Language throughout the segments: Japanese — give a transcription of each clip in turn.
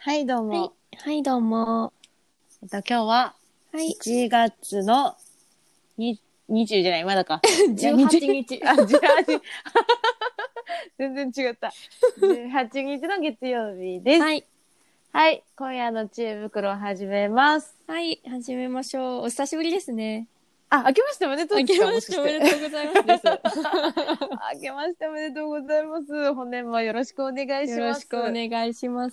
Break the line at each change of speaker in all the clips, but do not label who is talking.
はいどう
はい
も、。
はい、どうも。
今日は
はい。
1月の20じゃない、まだか。いや、
18日。
あ、18。全然違った。18日の月曜日です。
はい。
はい、今夜の知恵袋を始めます。
はい、始めましょう。お久しぶりですね。
あ、明けましておめでとう
明
ですか、
けましてお
もしかして。
めでとうございますです。
明けましておめでとうございます。本年もよろしくお願いします。
よろしくお願いします。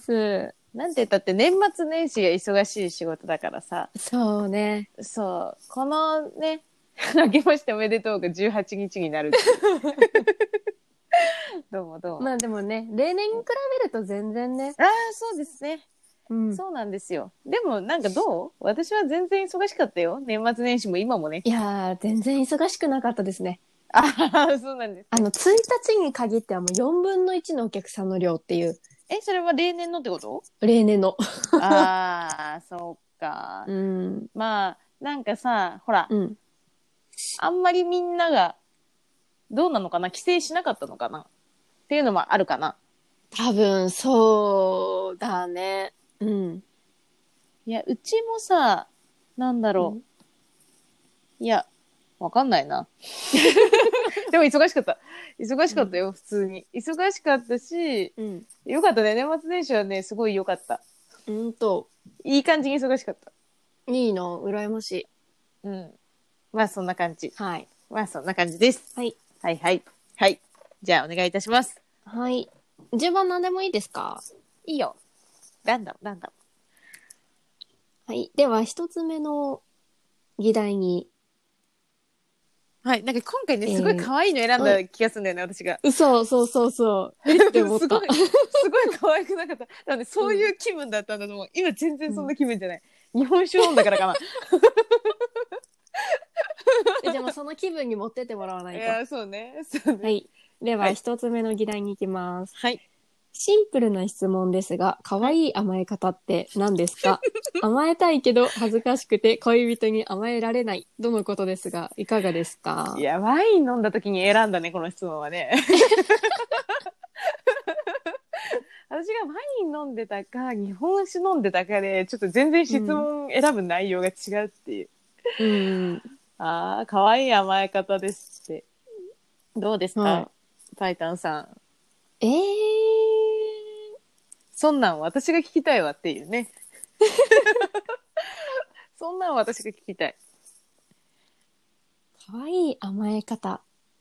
なんて言ったって年末年始が忙しい仕事だからさ。
そうね。
そう、このね、明けましておめでとうが18日になるっていう。どうもどうも。
まあでもね、例年に比べると全然ね。
ああ、そうですね。
うん。
そうなんですよ。でもなんかどう？私は全然忙しかったよ。年末年始も今もね。
いやー、全然忙しくなかったですね。
ああ、そうなんです、ね。
1日に限ってはもう4分の1のお客さんの量っていう。
それは例年のってこと？
例年の。
ああ、そうか。
うん。
まあ、なんかさ、ほら、
うん。
あんまりみんなが、どうなのかな、帰省しなかったのかなっていうのもあるかな。
多分、そうだね。うん。
いや、うちもさ、なんだろう。いや、わかんないな。でも忙しかった。忙しかったよ、普通に。忙しかったし、
うん。
よかったね。年末年始はね、すごい良かった。いい感じに忙しかった。
いいの、羨ましい。
うん。まあそんな感じ。
はい。
まあそんな感じです。
はい。
はいはい。はい。じゃあお願いいたします。
はい。順番何でもいいですか？
いいよ。ランダム、ランダム。
はい。では、一つ目の議題に。
はい。なんか今回ね、すごい可愛いの選んだ気がするんだよね、私が。
そうそうそうそう。えって思った。
すごい、すごい可愛くなかった。なんでそういう気分だったんだと思う。今全然そんな気分じゃない。日本酒飲んだからかな。
でもその気分に持ってってもらわないと。
いや、そうね。そうね。
はい。では、
はい。
一つ目の議題に行きます。
はい。
シンプルな質問ですが、可愛い甘え方って何ですか？甘えたいけど恥ずかしくて恋人に甘えられない。とのことですが、いかがですか？
いや、ワイン飲んだ時に選んだね、この質問はね。私がワイン飲んでたか、日本酒飲んでたかで、ちょっと全然質問選ぶ内容が違うっていう。
うん。
ああ、可愛い甘え方ですって。どうですか、タイタンさん。
えー、
そんなん私が聞きたいわっていうね。そんなん私が聞きたい。
可愛い甘え方。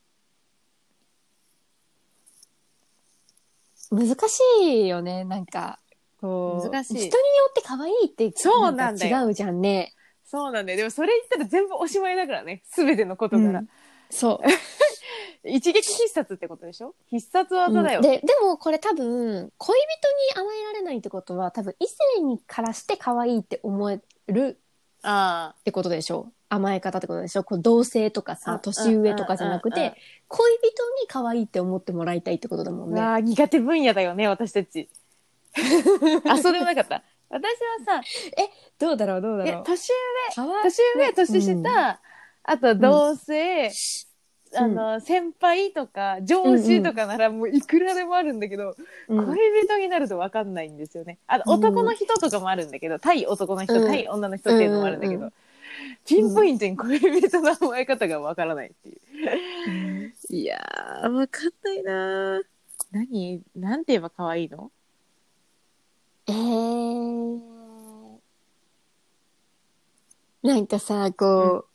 難しいよね。なんか、こう、
難しい。
人によって可愛いって
そう
な
なんだよ。
んか違うじゃんね。
そうなんだよ。でもそれ言ったら全部おしまいだからね。すべてのことから。
そ
一撃必殺ってことでしょ？必殺
う。
技だよ。
でもこれ多分、恋人に甘えられないってことは、多分異性にからして可愛いって思える
あ
ってことでしょ？甘え方ってことでしょ？こう同性とかさ、年上とかじゃなくて、恋人に可愛いって思ってもらいたいってことだもんね。
わあ、苦手分野だよね、私たち。あ、そうでもなかった。私はさ、
どうだろうどうだ
いや、
ろう。
年
可愛い
年上、
ね。
年下、あと同性、
うん
先輩とか、上司とかならもういくらでもあるんだけど、恋人になると分かんないんですよね。男の人とかもあるんだけど、対男の人、対女の人っていうのもあるんだけど、ピンポイントに恋人の甘え方が分からないっていう。いやー、分かんないなー。なんて言えば可愛いの？
なんかさ、こう、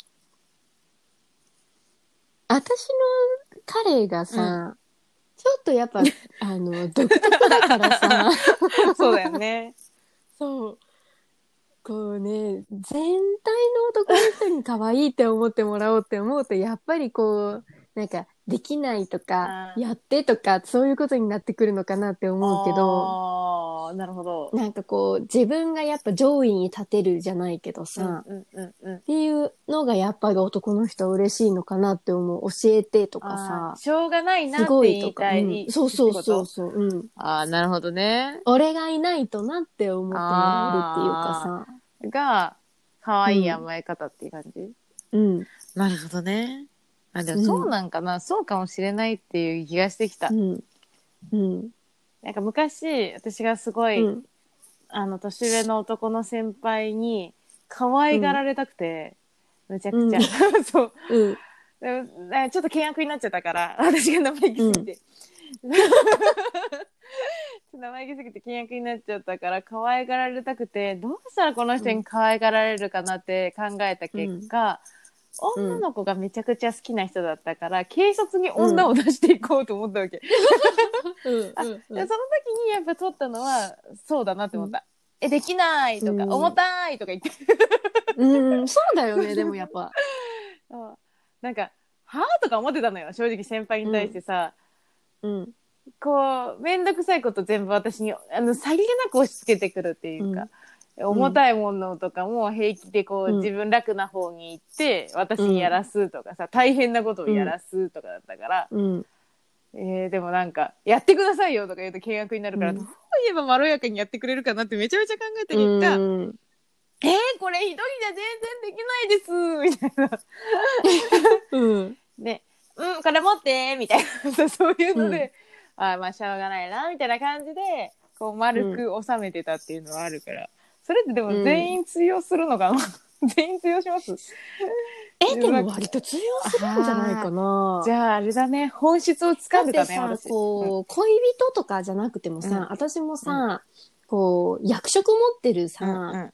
私の彼がさ、ちょっとやっぱ、独特だからさ、
そうだよね。
そう。こうね、全体の男の人に可愛いって思ってもらおうって思うと、やっぱりこう、なんか、できないとか、やってとか、そういうことになってくるのかなって思うけど、
ああ、なるほど。
なんかこう、自分がやっぱ上位に立てるじゃないけどさ、っていうのがやっぱり男の人は嬉しいのかなって思う。教えてとかさ、
しょうがないな
す
って
ごいとか、
言いたい。
そうそうそうそう、
ああ、なるほどね。
俺がいないとなって思ってもらえるっていうかさ、
が、可愛い甘え方っていう感じ？なるほどね。でもそうなんかな、そうかもしれないっていう気がしてきた。なんか昔、私がすごい、 年上の男の先輩に可愛がられたくて、むちゃくちゃ、そう。でもちょっと険悪になっちゃったから、私が生意気すぎて。生意気すぎて険悪になっちゃったから、可愛がられたくて、どうしたらこの人に可愛がられるかなって考えた結果、女の子がめちゃくちゃ好きな人だったから、軽率に女を出していこうと思ったわけ。その時にやっぱ取ったのは、そうだなって思った。できないとか、重たいとか言って。
そうだよね、でもやっぱ。
なんか、はぁとか思ってたのよ、正直先輩に対してさ。こう、めんどくさいこと全部私に、さりげなく押し付けてくるっていうか、重たいものとかも平気でこう、自分楽な方に行って、私にやらすとかさ、大変なことをやらすとかだったから、でもなんか、やってくださいよとか言うと険悪になるから、どう言えばまろやかにやってくれるかなってめちゃめちゃ考えた結果、これ一人じゃ全然できないですみたいな。で、これ持ってみたいな、そういうので、まあしょうがないな、みたいな感じで、こう丸く収めてたっていうのはあるから。それってでも全員通用するのかな、全員通用します？
でも割と通用するんじゃないかな。
じゃああれだね、本質をつかんでたね、
私。こう、恋人とかじゃなくてもさ、私もさ、こう、役職持ってるさ、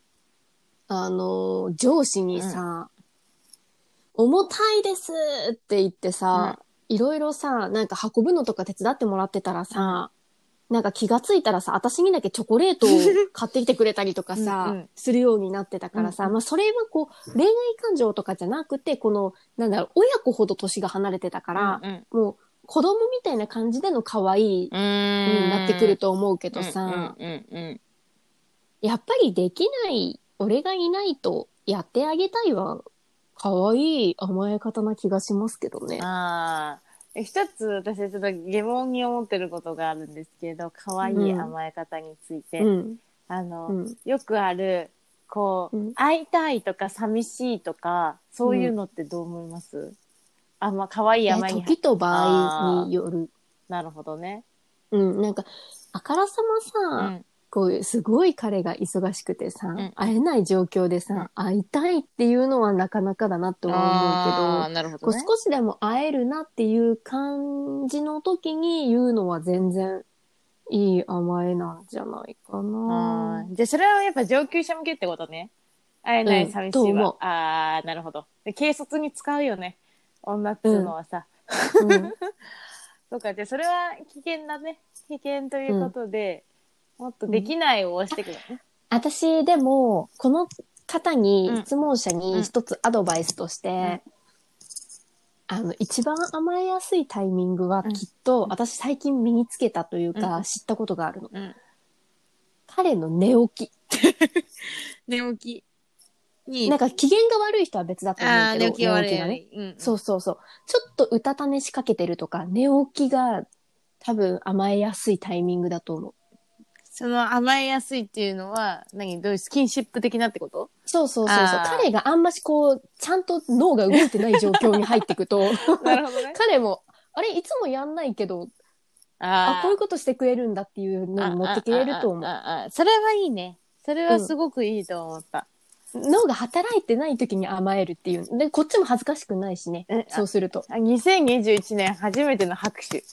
上司にさ、重たいですって言ってさ、いろいろさ、なんか運ぶのとか手伝ってもらってたらさ、なんか気がついたらさ、私にだけチョコレートを買ってきてくれたりとかさ、するようになってたからさ、まあそれはこう、恋愛感情とかじゃなくて、この、なんだろう、親子ほど年が離れてたから、もう子供みたいな感じでの可愛いになってくると思うけどさ、やっぱりできない、俺がいないとやってあげたいは、可愛い甘え方な気がしますけどね。
一つ私ちょっと疑問に思ってることがあるんですけど、可愛い甘え方について。よくある、こう、会いたいとか寂しいとか、そういうのってどう思います？まあ、可愛い甘えに。
時と場合による。
なるほどね。
なんか、あからさまさ、こういうすごい彼が忙しくてさ、会えない状況でさ、会いたいっていうのはなかなかだなとは思うけど、
なるほどね、
こう少しでも会えるなっていう感じの時に言うのは全然いい甘えなんじゃないかな。
じゃあそれはやっぱ上級者向けってことね。会えない寂しいわ。なるほど。で軽率に使うよね。女っつうのはさ。そうか、じゃあそれは危険だね。危険ということで、もっとできないを押してくるね。
私でも、この方に、質問者に一つアドバイスとして、一番甘えやすいタイミングはきっと、私最近身につけたというか、知ったことがあるの。彼の寝起き。
寝起き。
なんか機嫌が悪い人は別だと思うけど、
寝起きがね。
そうそうそう。ちょっとうたた寝しかけてるとか、寝起きが多分甘えやすいタイミングだと思う。
その甘えやすいっていうのは、どういうスキンシップ的なってこと？
そうそうそうそう。彼があんましこう、ちゃんと脳が動いてない状況に入ってくと、
なるほどね。
彼も、あれいつもやんないけど、こういうことしてくれるんだっていうのに持ってけれると思う。
それはいいね。それはすごくいいと思った。
脳が働いてない時に甘えるっていう。で、こっちも恥ずかしくないしね。そうすると。
2021年初めての拍手。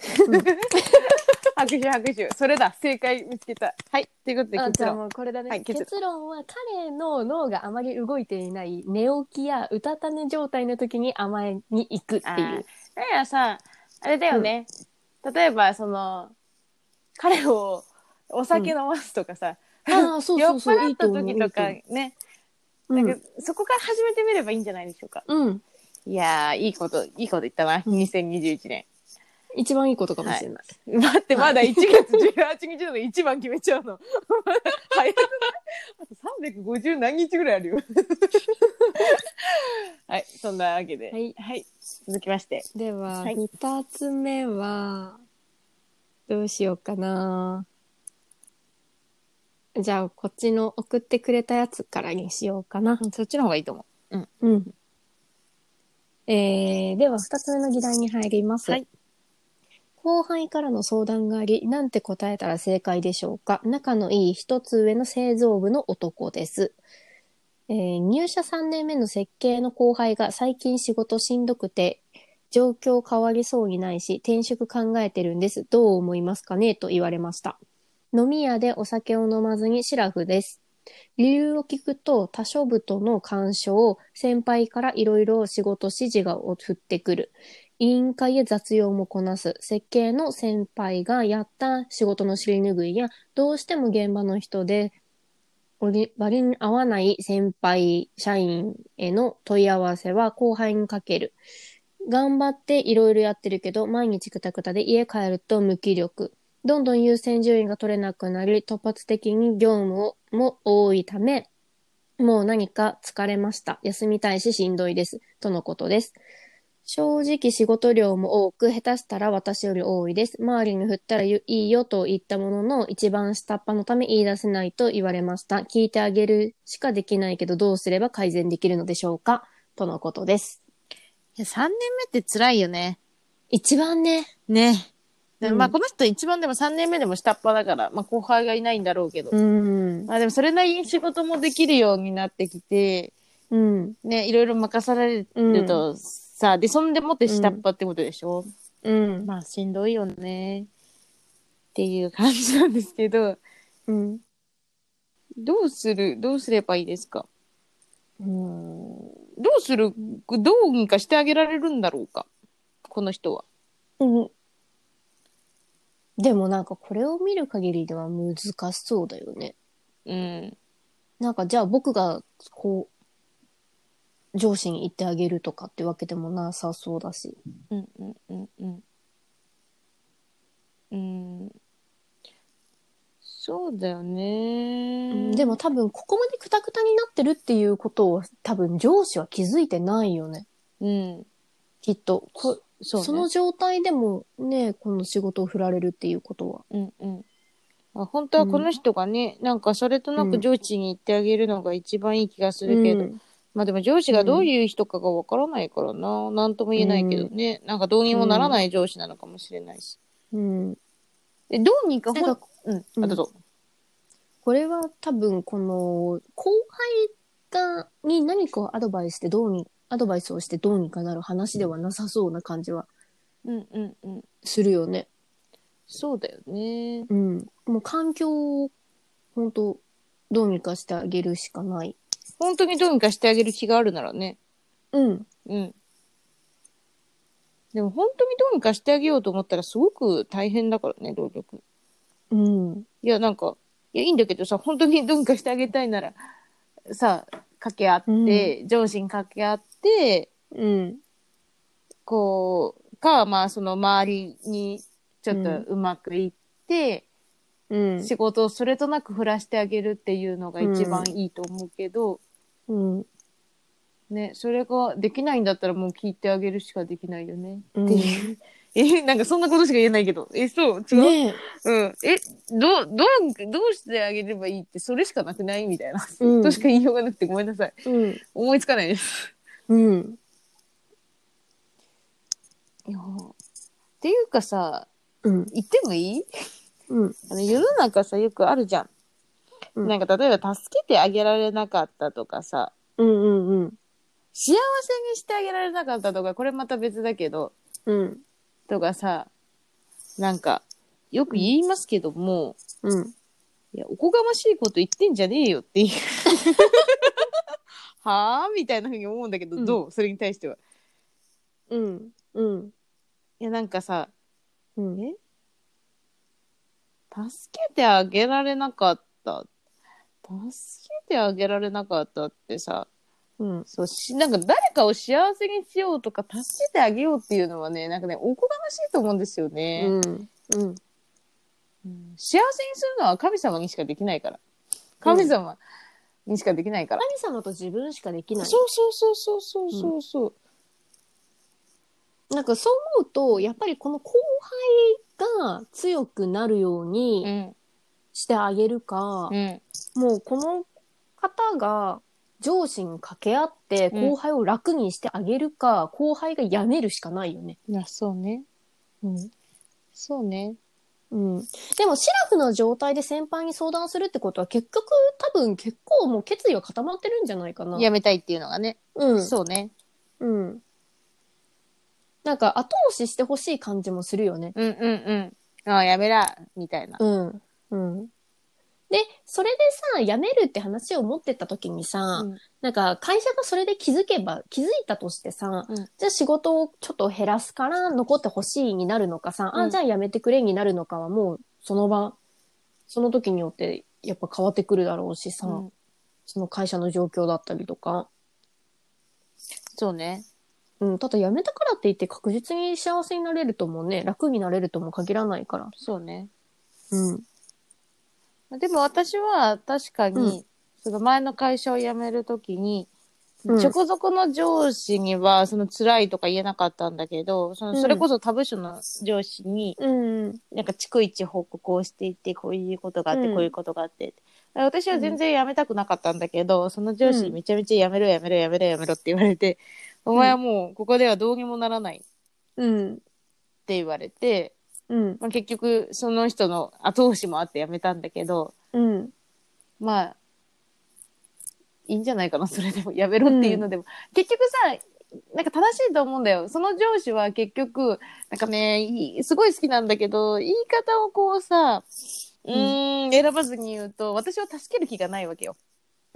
拍手拍手。それだ。正解見つけた。はい。ということで結論。
じゃあもうこれだね。結論は彼の脳があまり動いていない寝起きやうたた寝状態の時に甘えに行くっていう。
だからさ、あれだよね。例えば、彼をお酒飲ますとかさ、
そう
酔っ払った時とかね、なんかそこから始めてみればいいんじゃないでしょうか。いやー、いいこと言ったわ。2021年。
一番いいことかもしれない。
待って、まだ1月18日なのに1番決めちゃうの。早くない？あと350何日ぐらいあるよ。はい、そんなわけで。はい。続きまして。
では、2つ目は、どうしようかな。じゃあ、こっちの送ってくれたやつからにしようかな。
そっちの方がいいと思う。
では、2つ目の議題に入ります。 後輩からの相談があり、なんて答えたら正解でしょうか。仲のいい一つ上の製造部の男です。入社3年目の設計の後輩が最近仕事しんどくて、状況変わりそうにないし、転職考えてるんです。どう思いますかねと言われました。飲み屋でお酒を飲まずにシラフです。理由を聞くと、他諸部との干渉、先輩からいろいろ仕事指示が降ってくる。委員会へ雑用もこなす。設計の先輩がやった仕事の尻拭いや、どうしても現場の人で割に合わない先輩社員への問い合わせは後輩にかける。頑張っていろいろやってるけど、毎日クタクタで家帰ると無気力。どんどん優先順位が取れなくなり、突発的に業務も多いため、もう何か疲れました。休みたいししんどいです。とのことです。正直仕事量も多く、下手したら私より多いです。周りに振ったらいいよと言ったものの、一番下っ端のため言い出せないと言われました。聞いてあげるしかできないけど、どうすれば改善できるのでしょうかとのことです。
いや、3年目って辛いよね。
一番ね。
ね。
うん
まあこの人一番でも3年目でも下っ端だから、まあ後輩がいないんだろうけど。まあでもそれなりに仕事もできるようになってきて、ね、いろいろ任されるとさ、で、そんでもって下っ端ってことでしょ。まあしんどいよね。っていう感じなんですけど、どうすればいいですか？どうにかしてあげられるんだろうか、この人は。
でもなんかこれを見る限りでは難しそうだよね。なんかじゃあ僕がこう上司に言ってあげるとかってわけでもなさそうだし。
そうだよね、
でも多分ここまでクタクタになってるっていうことを多分上司は気づいてないよね。きっと。そうね、その状態でもね、この仕事を振られるっていうことは。
本当はこの人がね、なんかそれとなく上司に言ってあげるのが一番いい気がするけど、まあでも上司がどういう人かがわからないからな、なんとも言えないけどね、なんかどうにもならない上司なのかもしれないし。でどうにかどうぞ。
これは多分この後輩に何かアドバイスをしてどうにかなる話ではなさそうな感じはするよね。
そうだよね。
もう環境を本当どうにかしてあげるしかない。
本当にどうにかしてあげる気があるならね。でも本当にどうにかしてあげようと思ったらすごく大変だからね、労力。いや、なんか、いや、いいんだけどさ、本当にどうにかしてあげたいなら、さ、掛け合って、上司に掛け合って、こう、まあ、その周りにちょっとうまくいって、仕事をそれとなく振らしてあげるっていうのが一番いいと思うけど、ね、それができないんだったらもう聞いてあげるしかできないよね。っていう。なんかそんなことしか言えないけど。そう違う、
ね
どうしてあげればいいってそれしかなくないみたいな。としか言いようがなくてごめんなさい。思いつかないです。っていうかさ、言ってもいい？世の中さ、よくあるじゃん。なんか例えば助けてあげられなかったとかさ、幸せにしてあげられなかったとか、これまた別だけど、とかさ、なんか、よく言いますけども、いや、おこがましいこと言ってんじゃねえよっていう。はぁみたいな風に思うんだけど、どうそれに対しては。いや、なんかさ、助けてあげられなかった。助けてあげられなかったってさ、なんか誰かを幸せにしようとか助けてあげようっていうのはね、なんかね、おこがましいと思うんですよね。幸せにするのは神様にしかできないから。神様にしかできないから。
神様と自分しかできない。
そう。
なんかそう思うと、やっぱりこの後輩が強くなるようにしてあげるか、もうこの方が上司に掛け合って後輩を楽にしてあげるか、後輩がやめるしかないよね。
いや、そうね。 そうね。
うん。でも、シラフの状態で先輩に相談するってことは、結局、多分結構もう決意は固まってるんじゃないかな。
やめたいっていうのがね。
うん。
そうね。
うん。なんか、後押ししてほしい感じもするよね。
うんうんうん。ああ、やめら、みたいな。
うん。うん。で、それでさ、辞めるって話を持ってった時にさ、
うん。
なんか会社がそれで気づいたとしてさ、
うん。
じゃあ仕事をちょっと減らすから残ってほしいになるのかさ、
うん。
じゃあ辞めてくれになるのかはもうその場、その時によってやっぱ変わってくるだろうしさ、
うん。
その会社の状況だったりとか。
そうね。
うん、ただ辞めたからって言って確実に幸せになれるともね、楽になれるとも限らないから。
そうね。
うん。
でも私は確か
うん。
に、その前の会社を辞めるときに、
うん。
直属の上司には、その辛いとか言えなかったんだけど、それこそ他部署の上司に、
うん。
なんか逐一報告をしていて、こういうことがあって、こういう
うん。
ことがあって。私は全
うん。
然辞めたくなかったんだけど、その上司に
うん。
めちゃめちゃ辞めろ辞めろ辞めろ辞めろって言われて、お前は
うん。
もうここではどうにもならないって
うん。
言われて、
うん。
まあ、結局その人の後押しもあって辞めたんだけど、
うん。
まあ、いいんじゃないかな、それでも。やめろ
うん。
っていうのでも。結局さ、なんか正しいと思うんだよ。その上司は結局、なんかね、すごい好きなんだけど、言い方をこうさ、
うん。
選ばずに言うと、私を助ける気がないわけよ。
うん。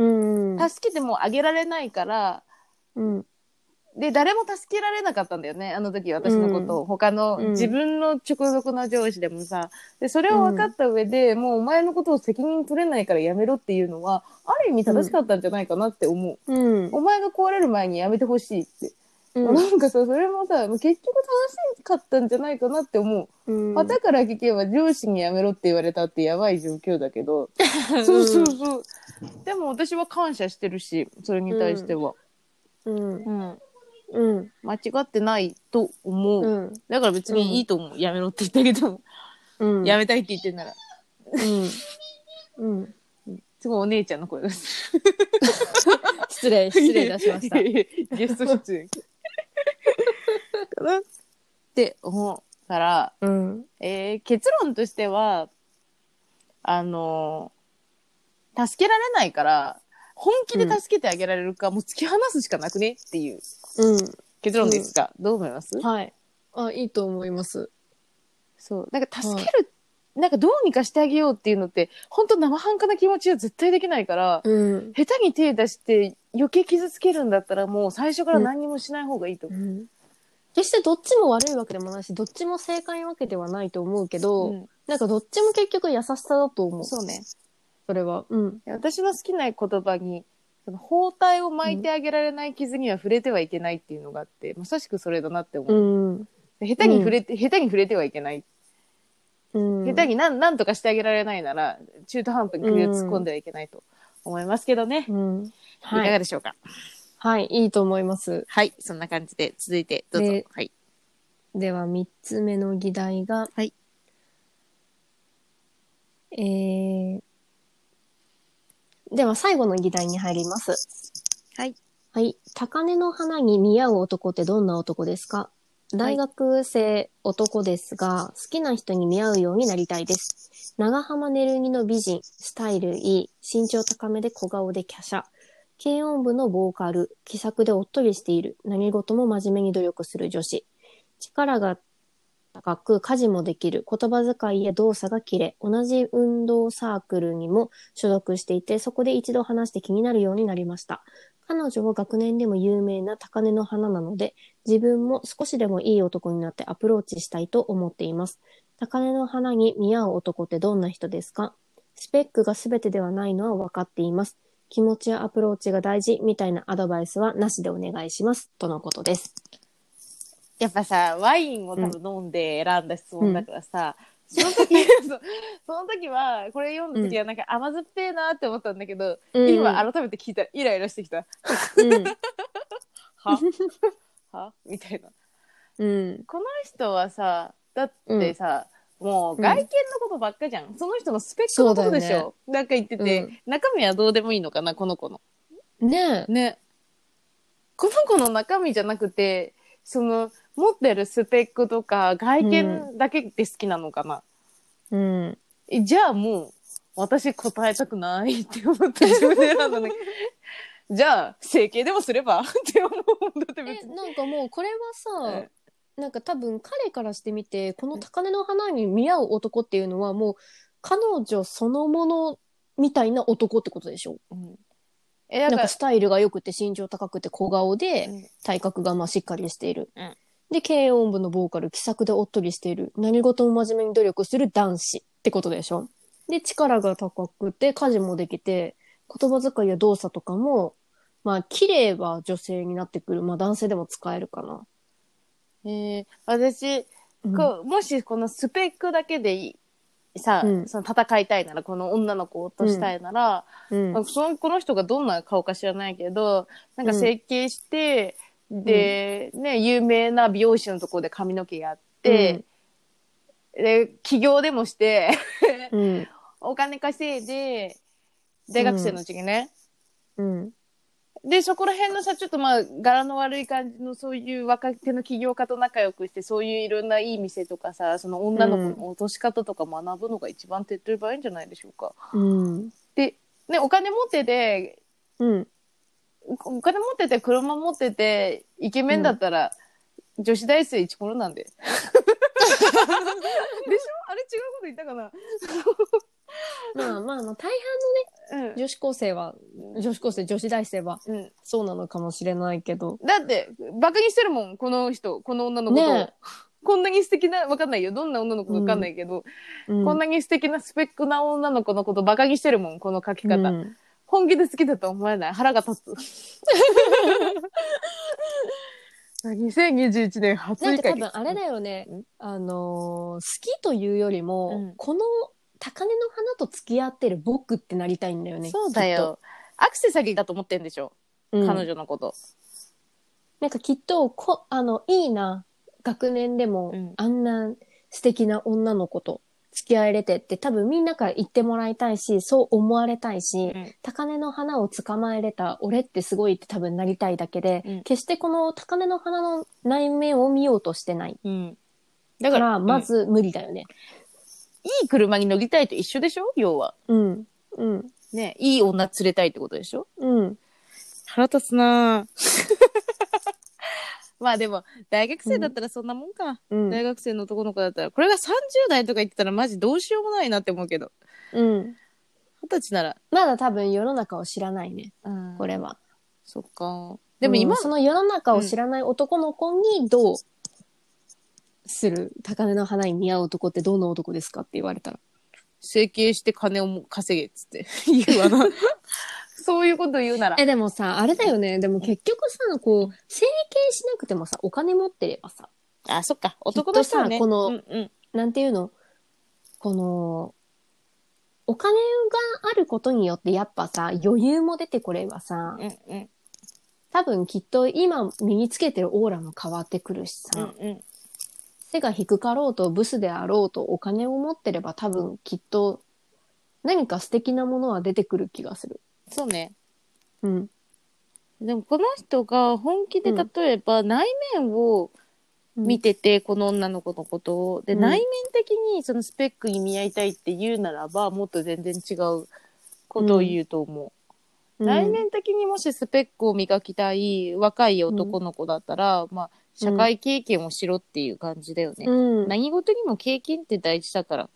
助けてもあげられないから、
うん。
で、誰も助けられなかったんだよね。あの時
う
私のこ
ん。
とを。他の自
うん。
分の直属の上司でもさ。で、それを分か
うん。
った上でもうお前のことを責任取れないからやめろっていうのは、ある意味正しかったんじゃないかなって思う。
うん。
お前が壊れる前にやめてほしいって。
うん。
なんかさ、それもさ、結局正しかったんじゃないかなって思う。
う
まあ、
ん。
だから聞けば上司にやめろって言われたってやばい状況だけど。そう
うん。
そうそう。でも私は感謝してるし、それに対しては。
うん。
うん。
うん。
間違ってないと思う。
うん。
だから別にいいと思う。やめろって言ったけど、
うん。
やめたいって言ってんなら。
うん。うん。
すごいお姉ちゃんの声がす
失礼いたしました。
る。ゲスト出演かなって思うから、
うん。
結論としては、あの助けられないから、本気で助けてあげられるか、もう突き放すしかなくねっていう
うん。
結論ですが、どう思います？
はい。あ、いいと思います。
そう。なんか助
はい。
ける、なんかどうにかしてあげようっていうのって、本当生半可な気持ちは絶対できないから、
うん。
下手に手出して余計傷つけるんだったらもう最初から
うん。
何にもしない方がいいと思
うん。決してどっちも悪いわけでもないし、どっちも正解なわけではないと思うけ
う。う
ど、
ん。
なんかどっちも結局優しさだと思う。
そうね。
それは。うん。
私の好きな言葉に、その包帯を
うん。
巻いてあげられない傷には触れてはいけないっていうのがあって、まさしくそれだなって思う。
うん。
下手に
うん。
触れて、下手に触れてはいけない。
うん。
下手になんとかしてあげられないなら、中途半端に
う
首を突っ込ん
ん。
ではいけないと思いますけどね。
うん。
い
はい。
かがでしょうか。
はい、いいと思います。
はい。そんな感じで、続いてどうぞ。
で、
はい。
では3つ目の議題が、
はい。
えー、では最後の議題に入ります。
はい。
はい。高嶺の花に見合う男ってどんな男ですか？大
はい。
学生男ですが、好きな人に見合うようになりたいです。長浜ねるみの美人、スタイルいい、身長高めで小顔で華奢。軽音部のボーカル、気さくでおっとりしている。何事も真面目に努力する女子。力が高く家事もできる。言葉遣いや動作が綺麗。同じ運動サークルにも所属していて、そこで一度話して気になるようになりました。彼女は学年でも有名な高嶺の花なので、自分も少しでもいい男になってアプローチしたいと思っています。高嶺の花に見合う男ってどんな人ですか？スペックが全てではないのは分かっています。気持ちやアプローチが大事みたいなアドバイスはなしでお願いします。とのことです。
やっぱさ、ワインを
うん。
多分飲んで選んだ質問だ
うん。
からさ、その時、その時は、これ読んだ
うん。
時はなんか甘酸っぱいなって思ったんだけど、今
うん。
改めて聞いたらイライラしてきた。
うん。
ははみたいな。
うん。
この人はさ、だっ
うん。
てさ、もう
うん。
外見のことばっかじゃん。その人のスペック
そう
のこと
だよね。
でしょ。なんか言ってて、
うん。
中身はどうでもいいのかな、この子の。
ねえ。
ね。この子の中身じゃなくて、その、 持ってるスペックとか外見だけで好きなのかな。
うん。
じゃあもう、私答えたくないって思って自分で選んだね。じゃあ、整形でもすればって思う。だって別に。
なんかもうこれはさ、なんか多分彼からしてみて、この高嶺の花に見合う男っていうのはもう彼女そのものみたいな男ってことでしょ。
うん、
なんかスタイルが良くて身長高くて小顔で、
うん、
体格がまあしっかりしている。
うん、
で、軽音部のボーカル、気さくでおっとりしている。何事も真面目に努力する男子ってことでしょ。で、力が高くて、家事もできて、言葉遣いや動作とかも、まあ、綺麗は女性になってくる。まあ、男性でも使えるかな。
私、もしこのスペックだけでさ、その戦いたいなら、この女の子を落としたいなら、この人がどんな顔か知らないけど、なんか整形して、で、ね、有名な美容師のところで髪の毛やって、で、起業でもしてお金稼いで、大学生のうちにね、で、そこら辺のさ、ちょっとまあ、柄の悪い感じの、そういう若手の起業家と仲良くして、そういういろんないい店とかさ、その女の子の落とし方とか学ぶのが一番手っ取り早いんじゃないでしょうか。で、ね、お金持ってて、お金持ってて、車持ってて、イケメンだったら、女子大生一コロなんで。でしょあれ違うこと言ったかな
まあまあまあ、大半のね、女子高生、女子大生は、そうなのかもしれないけど。
だって、バカにしてるもん、この人、この女の子と。ね、こんなに素敵な、わかんないよ。どんな女の子かわかんないけど、こんなに素敵なスペックな女の子のことバカにしてるもん、この書き方。本気で好きだと思えない。腹が立つ。2021年初
なんか多分あれだよね。好きというよりも、この高嶺の花と付き合ってる僕ってなりたいんだよね。
そうだよ。アクセサリーだと思ってんでしょ。彼女のこと。
なんかきっと、いいな。学年でも、あんな素敵な女の子と付き合えれてって多分みんなから言ってもらいたいし、そう思われたいし、高嶺の花を捕まえれた俺ってすごいって多分なりたいだけで、決してこの高嶺の花の内面を見ようとしてない。だから、まず無理だよね。
いい車に乗りたいと一緒でしょ要は。ね、いい女連れたいってことでしょ腹立つなまあでも、大学生だったらそんなもんか。大学生の男の子だったら。これが30代とか言ってたらマジどうしようもないなって思うけど。20歳なら。
まだ多分世の中を知らないね。これは。
そっか。でも今、
その世の中を知らない男の子にどうする、高嶺の花に似合う男ってどんな男ですかって言われたら。
整形して金を稼げっつって言うわな。そういうこと言うなら。
でもさ、あれだよね。でも結局さ、こう、整形しなくてもさ、お金持ってればさ。
あ、そっか。男の人はね。
この、なんていうのこの、お金があることによってやっぱさ、余裕も出てこればさ、多分きっと今身につけてるオーラも変わってくるしさ、背が低かろうとブスであろうとお金を持ってれば多分きっと何か素敵なものは出てくる気がする。
そうね。でもこの人が本気で例えば内面を見てて、この女の子のことを。で、内面的にそのスペックに見合いたいって言うならば、もっと全然違うことを言うと思う。内面的にもしスペックを磨きたい若い男の子だったら、まあ、社会経験をしろっていう感じだよね。何事にも経験って大事だから。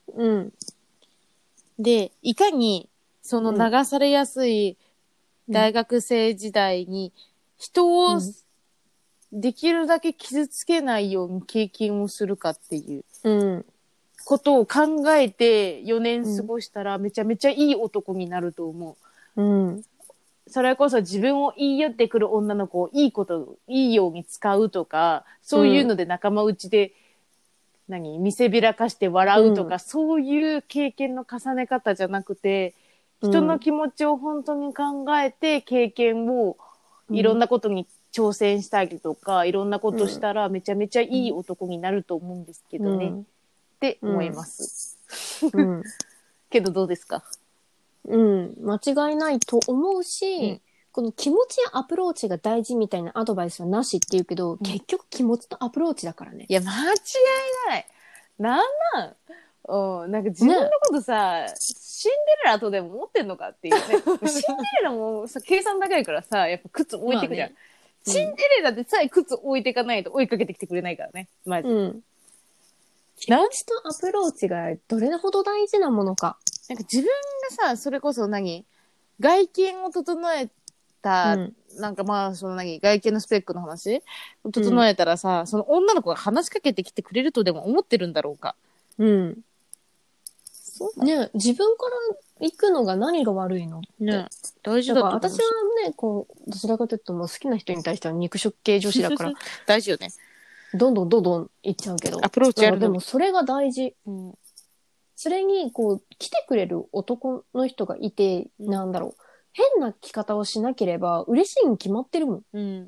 で、いかにその流されやすい大学生時代に人をできるだけ傷つけないように経験をするかっていうことを考えて4年過ごしたらめちゃめちゃいい男になると思う。それこそ自分を言い寄ってくる女の子をいいように使うとか、そういうので仲間内で見せびらかして笑うとか、そういう経験の重ね方じゃなくて、人の気持ちを本当に考えて経験をいろんなことに挑戦したりとか、いろんなことしたらめちゃめちゃいい男になると思うんですけどね。って思います。けどどうですか？
間違いないと思うし、 この気持ちやアプローチが大事みたいなアドバイスはなしって言うけど、結局気持ちとアプローチだからね。
いや、間違いない。なんか自分のことさ、シンデレラとでも持ってんのかっていうね。シンデレラもさ、計算高いからさ、やっぱ靴置いてくじゃん。シンデレラでさえ靴置いていかないと追いかけてきてくれないからね。マジ。
気持ちとアプローチがどれほど大事なものか。
なんか自分がさ、それこそ外見を整えた、なんかまあ、外見のスペックの話整えたらさ、その女の子が話しかけてきてくれるとでも思ってるんだろうか。
そうね、自分から行くのが何が悪いのって。
ね、大事だと思う。
私はね、どちらかというともう好きな人に対しては肉食系女子だから。
大事よね。
どんどん行っちゃうけど。
アプローチあるの。
でもそれが大事。それに、来てくれる男の人がいて、変な着方をしなければ嬉しいに決まってるもん。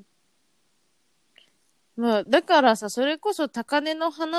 まあ、だからさ、それこそ高嶺の花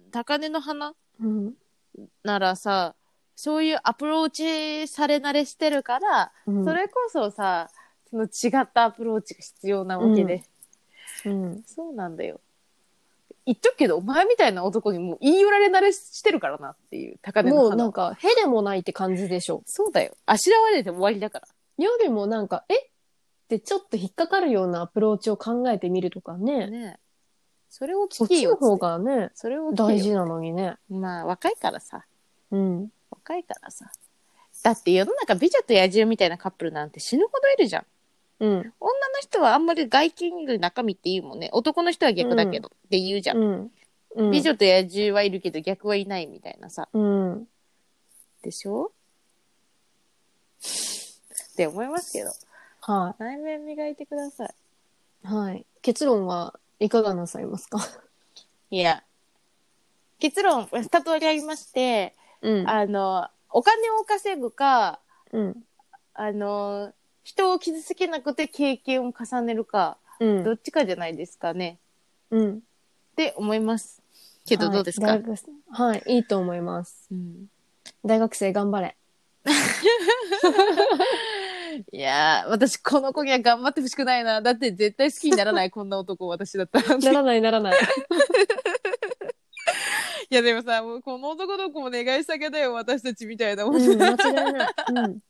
ならさ、そういうアプローチされ慣れしてるから、それこそさ、その違ったアプローチが必要なわけで。そうなんだよ。言っとくけど、お前みたいな男にもう言い寄られ慣れしてるからなっていう、高嶺の花。
もうなんか、へでもないって感じでしょ。
そうだよ。あしらわれて終わりだから。
よりもなんか、ってちょっと引っかかるようなアプローチを考えてみるとかね。
ね、それを聞きよ。
そっちの方がね、それを大事なのにね。
まあ、若いからさ。若いからさ。だって世の中美女と野獣みたいなカップルなんて死ぬほどいるじゃん。女の人はあんまり外見より中身って言うもんね。男の人は逆だけど、って言うじゃん。美女と野獣はいるけど逆はいないみたいなさ。でしょって思いますけど。内面磨いてください。
結論はいかがなさいますか？
いや、結論2通りありまして、お金を稼ぐか、人を傷つけなくて経験を重ねるか、どっちかじゃないですかね。って思います。けどどうですか？
いいと思います。大学生頑張れ。
いやー、私この子には頑張ってほしくないな。だって絶対好きにならない、こんな男私だったら。
ならない。
いやでもさ、もうこの男の子も願い下げだよ、私たちみたいなもん。
間違いない。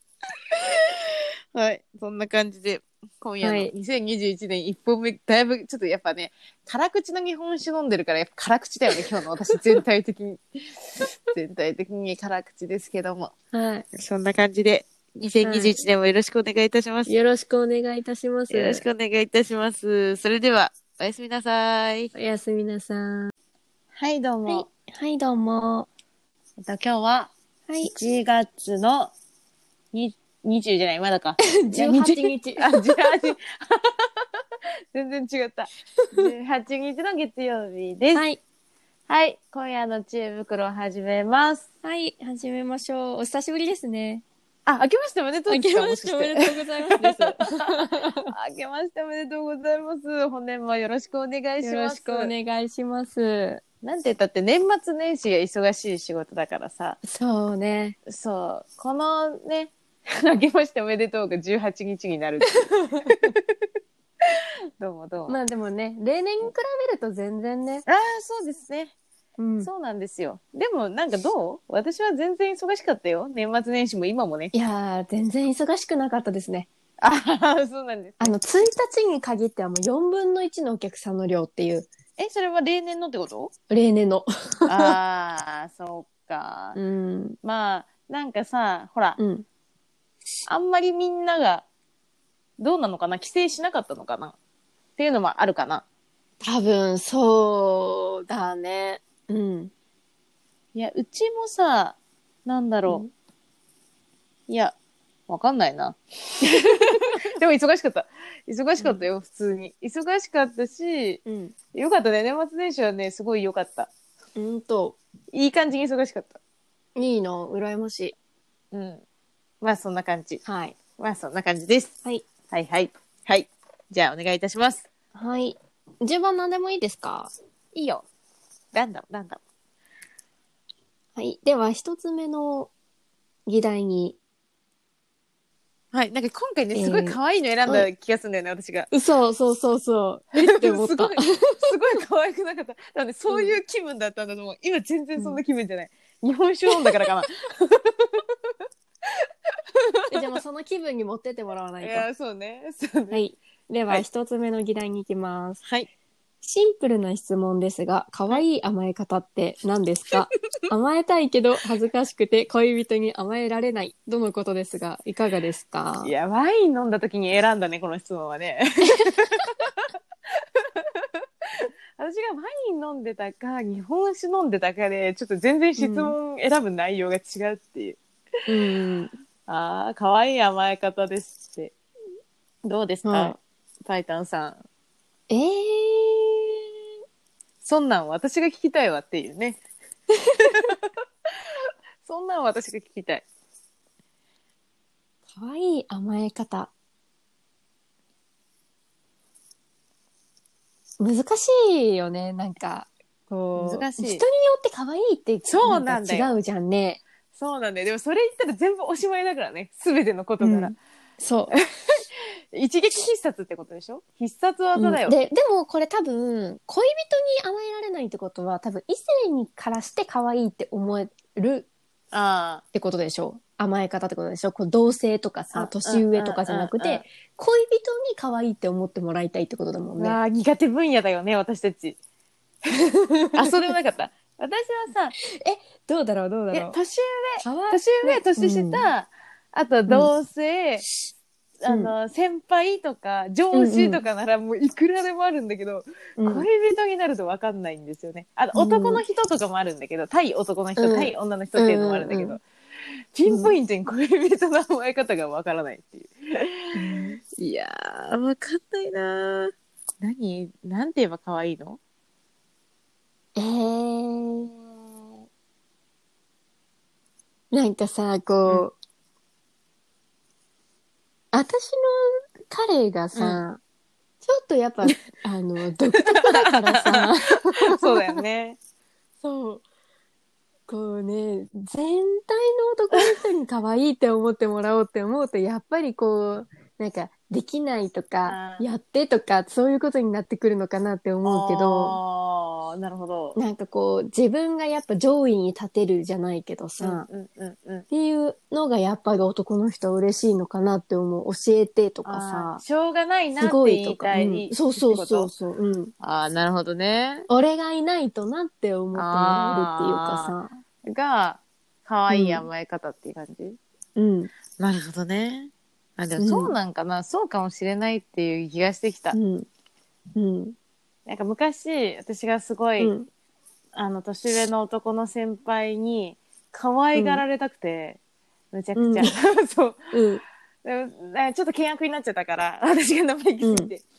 はい、そんな感じで、今夜の2021年1本目、だいぶちょっとやっぱね、辛口の日本酒飲んでるから、やっぱ辛口だよね、今日の私全体的に。全体的に辛口ですけども。そんな感じで、2021年もよろしくお願いいたします。
よろしくお願いいたします。
よろしくお願いいたします。それでは、おやすみなさい。
おやすみなさい。
はい、どうも。
はいどうも。
今日は、1月の20じゃない、まだか。
18日。
18。全然違った。18日の月曜日です。はい。今夜の知恵袋を始めます。
始めましょう。お久しぶりですね。
明けましておめでとうですか？
明けましておめでとうございますです。
明けましておめでとうございます。本年もよろしくお願いします。
よろしくお願いします。
なんて言ったって年末年始が忙しい仕事だからさ。
そうね。
そう。このね、明けましておめでとうが18日になる。どうも。
まあでもね、例年に比べると全然ね。
そうですね。そうなんですよ。でもなんかどう？私は全然忙しかったよ。年末年始も今もね。
いやー、全然忙しくなかったですね。
そうなんです、
1日に限ってはもう4分の1のお客さんの量っていう。
それは例年のってこと？
例年の。
そうか。まあ、なんかさ、ほら、あんまりみんなが、どうなのかな？帰省しなかったのかなっていうのもあるかな。
多分、そうだね。
いや、うちもさ、なんだろう。いや、わかんないな。でも忙しかった。忙しかったよ、普通に。忙しかったし、よかったね。年末年始はね、すごいよかった。いい感じに忙しかった。
いいの、羨ましい。
まあそんな感じ。まあそんな感じです。はい。じゃあお願いいたします。
順番何でもいいですか？
いいよ。ランダム。
では一つ目の議題に
はい。なんか今回ね、すごい可愛いの選んだ気がするんだよね、私が。
そうそうそうそう。えって思った。
すごい、すごい可愛くなかった。なので、そういう気分だったんだと思う。今全然そんな気分じゃない。日本酒飲んだからかな。
でもその気分に持ってってもらわないと。
いや、そうね。そうね。
はい。では、
はい
一つ目の議題に行きます。
はい。
シンプルな質問ですが、可愛い甘え方って何ですか？甘えたいけど恥ずかしくて恋人に甘えられない。とのことですが、いかがですか？
いや、ワイン飲んだ時に選んだね、この質問はね。私がワイン飲んでたか、日本酒飲んでたかで、ちょっと全然質問選ぶ内容が違うっていう。
うん。
ああ、可愛い甘え方ですって。どうですか、
はい。
タイタンさん。
えー、
そんなん私が聞きたいわっていうね。そんなん私が聞きたい。
可愛い甘え方。難しいよね、なんか。こう、
難しい。
人によって可愛いって
そう
なんか違うじゃんね。
そうなんだよ。でもそれ言ったら全部おしまいだからね。すべてのことから。
そう。
一撃必殺ってことでしょ？必殺技だよ。
でもこれ多分、恋人に甘えられないってことは、多分異性にからして可愛いって思えるってことでしょ？甘え方ってことでしょ？こう同性とかさ、年上とかじゃなくて、恋人に可愛いって思ってもらいたいってことだもんね。
ああ、苦手分野だよね、私たち。あ、そうでもなかった。私はさ、
どうだろう
いや、年
ね
年下、あと同性、先輩とか上司とかならもういくらでもあるんだけど、恋人になると分かんないんですよね。男の人とかもあるんだけど、対男の人、対女の人っていうのもあるんだけど、ピンポイントに恋人の甘え方が分からないっていう。いやー、分かんないなー。なんて言えば可愛いの？
なんかさ、こう、私の彼がさ、ちょっとやっぱ、独特だからさ、
そうだよね。
そう。こうね、全体の男の人に可愛いって思ってもらおうって思うと、やっぱりこう、なんか、できないとか、やってとか、そういうことになってくるのかなって思うけど、
ああ、なるほど。
なんかこう、自分がやっぱ上位に立てるじゃないけどさ、っていうのがやっぱり男の人は嬉しいのかなって思う。教えてとかさ、
しょうがないなって
すごい
言い
とか、
たい。
そうそうそうそう、
ああ、なるほどね。
俺がいないとなって思ってもらえるっていうかさ。
が、可愛い甘え方っていう感じ？なるほどね。あ、でもそうなんかな、そうかもしれないっていう気がしてきた。なんか昔、私がすごい、年上の男の先輩に可愛がられたくて、むちゃくちゃ。そう。でもちょっと険悪になっちゃったから、私が生意気すぎて。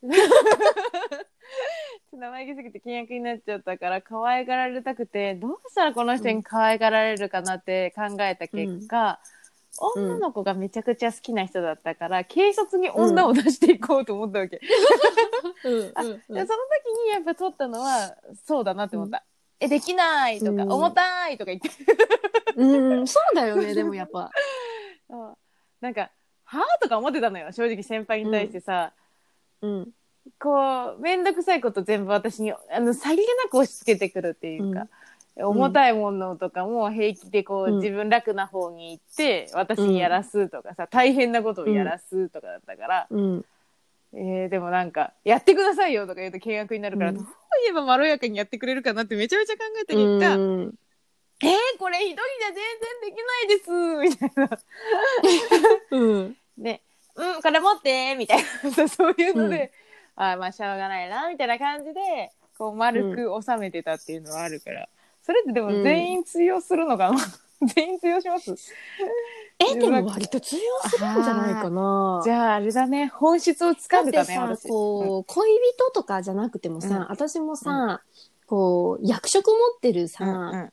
生意気すぎて険悪になっちゃったから、可愛がられたくて、どうしたらこの人に可愛がられるかなって考えた結果、女の子がめちゃくちゃ好きな人だったから、軽率に女を出していこうと思ったわけ。その時にやっぱ取ったのは、そうだなって思った。できないとか、重たいとか言って。
そうだよね、でもやっぱ。
なんか、はぁとか思ってたのよ、正直先輩に対してさ。こう、めんどくさいこと全部私に、さりげなく押し付けてくるっていうか、重たいものとかも平気でこう、自分楽な方に行って、私にやらすとかさ、大変なことをやらすとかだったから、でもなんか、やってくださいよとか言うと険悪になるから、どう言えばまろやかにやってくれるかなってめちゃめちゃ考えた結果、これ一人じゃ全然できないですみたいな。で、これ持ってみたいな、そういうので、まあしょうがないな、みたいな感じで、こう丸く収めてたっていうのはあるから。それってでも全員通用するのかな？全員通用します？
でも割と通用するんじゃないかな。
じゃああれだね、本質をつかむかね、
私。こう、恋人とかじゃなくてもさ、私もさ、こう、役職持ってるさ、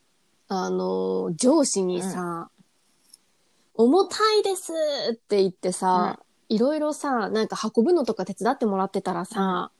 上司にさ、重たいですって言ってさ、いろいろさ、なんか運ぶのとか手伝ってもらってたらさ、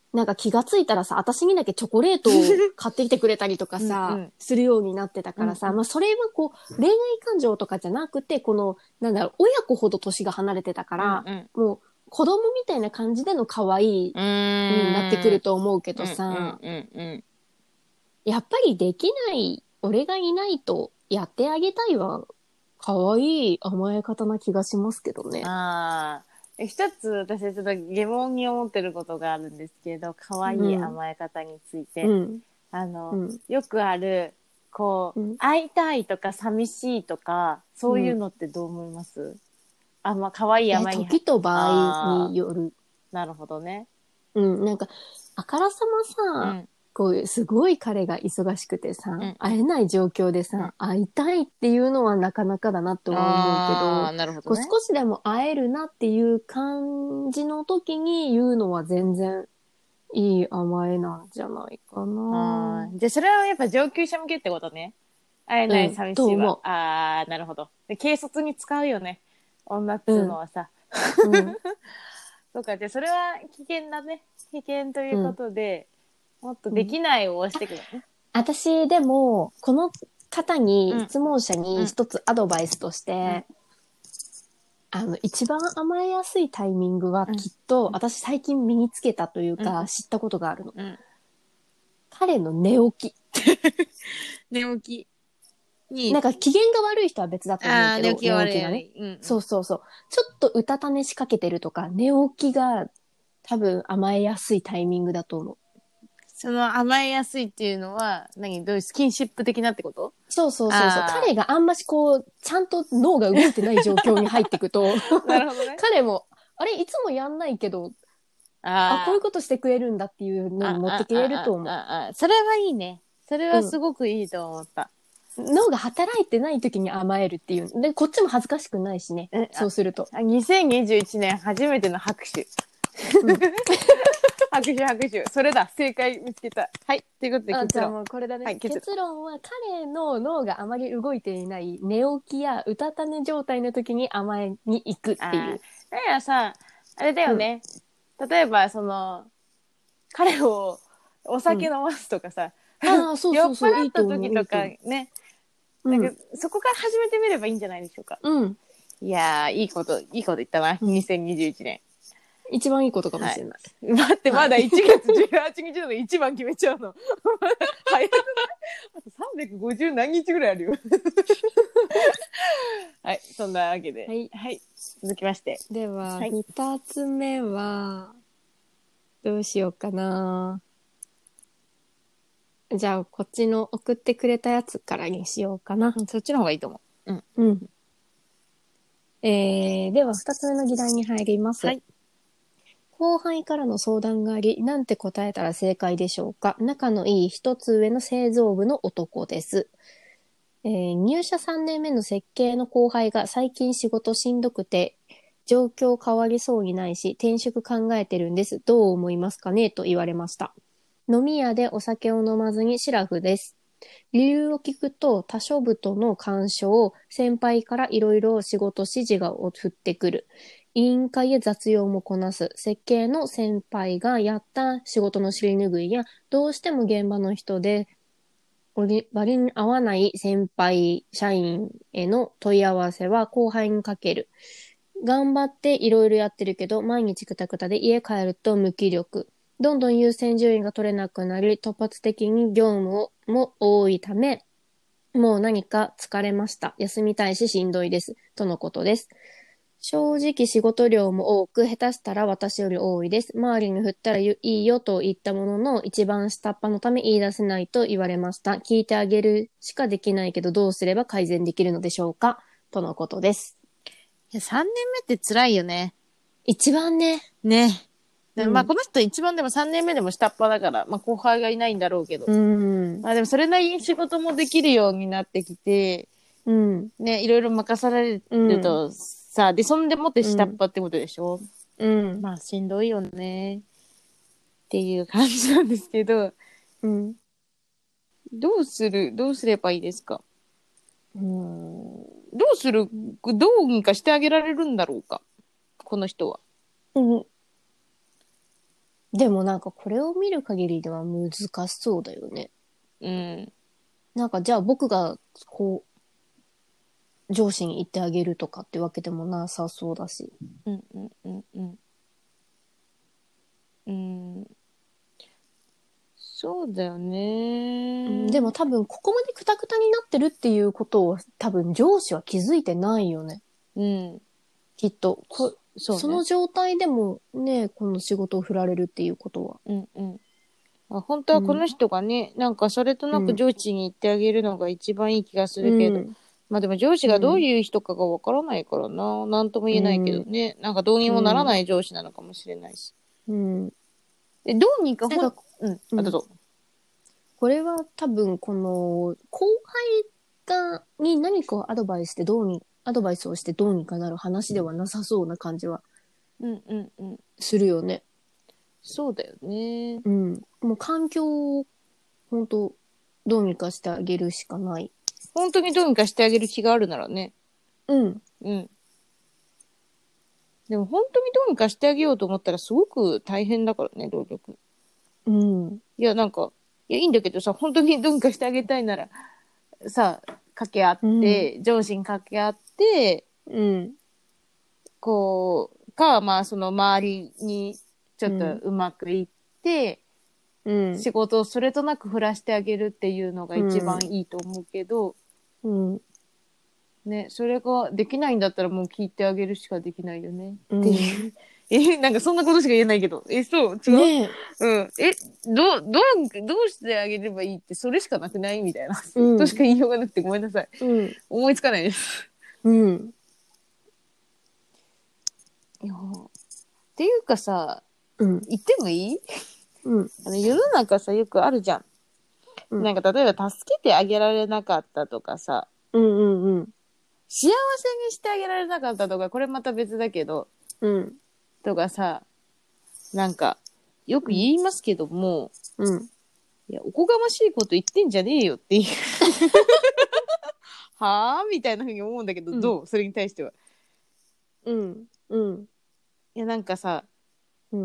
なんか気がついたらさ、私にだけチョコレートを買ってきてくれたりとかさ、
うんうん
するようになってたからさ、
うんうん
まあそれはこう、恋愛感情とかじゃなくて、この、なんだろう、親子ほど年が離れてたから、
うん
もう子供みたいな感じでの可愛い
うん。
になってくると思うけどさ、
うんうんうん
やっぱりできない、俺がいないとやってあげたいは、可愛い甘え方な気がしますけど
うん。
ね。
ああ。一つ私ちょっと疑問に思ってることがあるんですけど、可愛い甘え方について。
うん。うん。
よくある、こう、
うん。
会いたいとか寂しいとか、そういうのってどう思います？まあ、可愛い甘えに。
時と場合
ああ、
による。
なるほどね。
うん。なんか、あからさまさ、
うん。
こういうすごい彼が忙しくてさ、
うん。
会えない状況でさ、会いたいっていうのはなかなかだなとは思うけど、
ああ、なるほど
こう
ね。
少しでも会えるなっていう感じの時に言うのは全然いい甘えなんじゃないかな。
じゃあそれはやっぱ上級者向けってことね。会えない
うん、
寂しいわ。
と思
ああ、なるほど。で、軽率に使うよね。女っ
う。
つう
うん、
のはさ。
うん、
そうか、じゃあそれは危険だね。危険というこ
うん。
とで、もっと
うん
できないを押してくるね。
私、でも、この方に、
うん、
質問者に
うん、
一つアドバイスとし
うん、
て、一番甘えやすいタイミングは
うん、
きっと、私最近身につけたという
うん、
か、知ったことがあるの。
うん。
彼の寝起き。
寝起きに、
なんか機嫌が悪い人は別だと思うけど、
寝起きが悪い
寝起きがね。
悪い。うん、うん。
そうそうそう。ちょっとうたた寝しかけてるとか、寝起きが多分甘えやすいタイミングだと思う。
その甘えやすいっていうのは、どういうスキンシップ的なってこと？
そうそうそうそう。
あ
彼があんましこう、ちゃんと脳が動いてない状況に入ってくと、
あ、なるほどね。
彼も、あれ、いつもやんないけど、こういう
あ
ことしてくれるんだっていうの
あ、
に持ってけれると思
それはいいね。それ
う。
は
うん。
すごくいいと思った。
脳が働いてない時に甘えるっていう。で、こっちも恥ずかしくないしね。
え、
そうすると。
2021年初めての拍手。
うん。
拍手拍手。それだ。正解見つけた。はい。ということで結論。
じゃあもうこれだね。
はい、
結論は彼の脳があまり動いていない寝起きやうたた寝状態の時に甘えに行くっていう。
だからさ、あれだよね。例えば、彼をお
うん。
酒飲ますとかさ、
ああ、そう
酔っ払っ
そうそう、いいと思う、い
た時と
いと思
かね、
う。うん。
そこから始めてみればいいんじゃないでしょうか。
うん。
いやー、いいこと言ったな。
うん。
2021年。
一番いいことかも
はい。
しれない。
待って、
はい。
まだ1月18日なのに1番決めちゃうの。早くない？あと350何日ぐらいあるよ。はい、そんなわけで。
はい。
はい。続きまして。
では、
はい。
二つ目は、どうしようかな。じゃあ、こっちの送ってくれたやつからにしようかな。
そっちの方がいいと思う。うん。
うん。では、二つ目の議題に入ります。
はい。
後輩からの相談があり、なんて答えたら正解でしょうか。仲のいい一つ上の製造部の男です。入社3年目の設計の後輩が最近仕事しんどくて、状況変わりそうにないし、転職考えてるんです。どう思いますかねと言われました。飲み屋でお酒を飲まずにシラフです。理由を聞くと、他諸部との干渉、先輩からいろいろ仕事指示が降ってくる。委員会や雑用もこなす。設計の先輩がやった仕事の尻拭いや、どうしても現場の人で割に合わない先輩社員への問い合わせは後輩にかける。頑張っていろいろやってるけど、毎日クタクタで家帰ると無気力。どんどん優先順位が取れなくなり、突発的に業務も多いため、もう何か疲れました。休みたいししんどいです。とのことです。正直仕事量も多く、下手したら私より多いです。周りに振ったらいいよと言ったものの、一番下っ端のため言い出せないと言われました。聞いてあげるしかできないけど、どうすれば改善できるのでしょうかとのことです。
いや、3年目って辛いよね。
一番ね。
ね。
うん
まあ、この人一番でも3年目でも下っ端だから、まあ、後輩がいないんだろうけど。
うん。
まあ、でもそれなりに仕事もできるようになってきて、
うん。
ね、いろいろ任されるとさ、で、そんでもって下っ端ってことでしょ？
うん。
まあ、しんどいよね。っていう感じなんですけど、
うん。
どうすればいいですか？
うん。
どうにかしてあげられるんだろうか？この人は。
うん。 でもなんかこれを見る限りでは難しそうだよね。
うん。
なんかじゃあ僕がこう上司に言ってあげるとかってわけでもなさそうだし。
うんうんうんうん。うん。そうだよね。
でも多分ここまでクタクタになってるっていうことを多分上司は気づいてないよね。
うん。
きっと。
そうね。
その状態でもね、この仕事を振られるっていうことは。
うんうん。本当はこの人がね、なんかそれとなく上司に言ってあげるのが一番いい気がするけど、まあでも上司がどういう人かがわからないからな、なんとも言えないけどね、なんかどうにもならない上司なのかもしれないし。で、どうにか
なんか、
あ、どうぞ。
これは多分この後輩に何かをアドバイスをしてどうにかなる話ではなさそうな感じは
うんうんうん。
するよね。
そうだよね。
もう環境を本当どうにかしてあげるしかない。
本当にどうにかしてあげる気があるならね。
うん。
うん。でも本当にどうにかしてあげようと思ったらすごく大変だからね、労力。
うん。
いや、なんか、いいんだけどさ、本当にどうにかしてあげたいなら、さ、掛け合って、上司に掛け合って、
うん。
まあ、その周りにちょっとうまくいって、
うん。
仕事をそれとなく振らしてあげるっていうのが一番いいと思うけど、
うん。
ね、それができないんだったらもう聞いてあげるしかできないよね。
うん
っていう。なんかそんなことしか言えないけど。そう違う、
ねえ。
うん。どうしてあげればいいって、それしかなくないみたいな。
うん。
としか言いようがなくてごめんなさい。
うん。
思いつかないです。
うん。
いやっていうかさ、
うん。
言ってもいい？
うん。
世の中さ、よくあるじゃん。
うん。
なんか例えば助けてあげられなかったとかさ、
うん。うん。
幸せにしてあげられなかったとか、これまた別だけど、
うん。
とかさ、なんか、よく言いますけども、
うん。
いや、おこがましいこと言ってんじゃねえよっていう。はぁみたいな風に思うんだけど、
うん。
それに対しては。
うん。うん。
いや、なんかさ、
うん。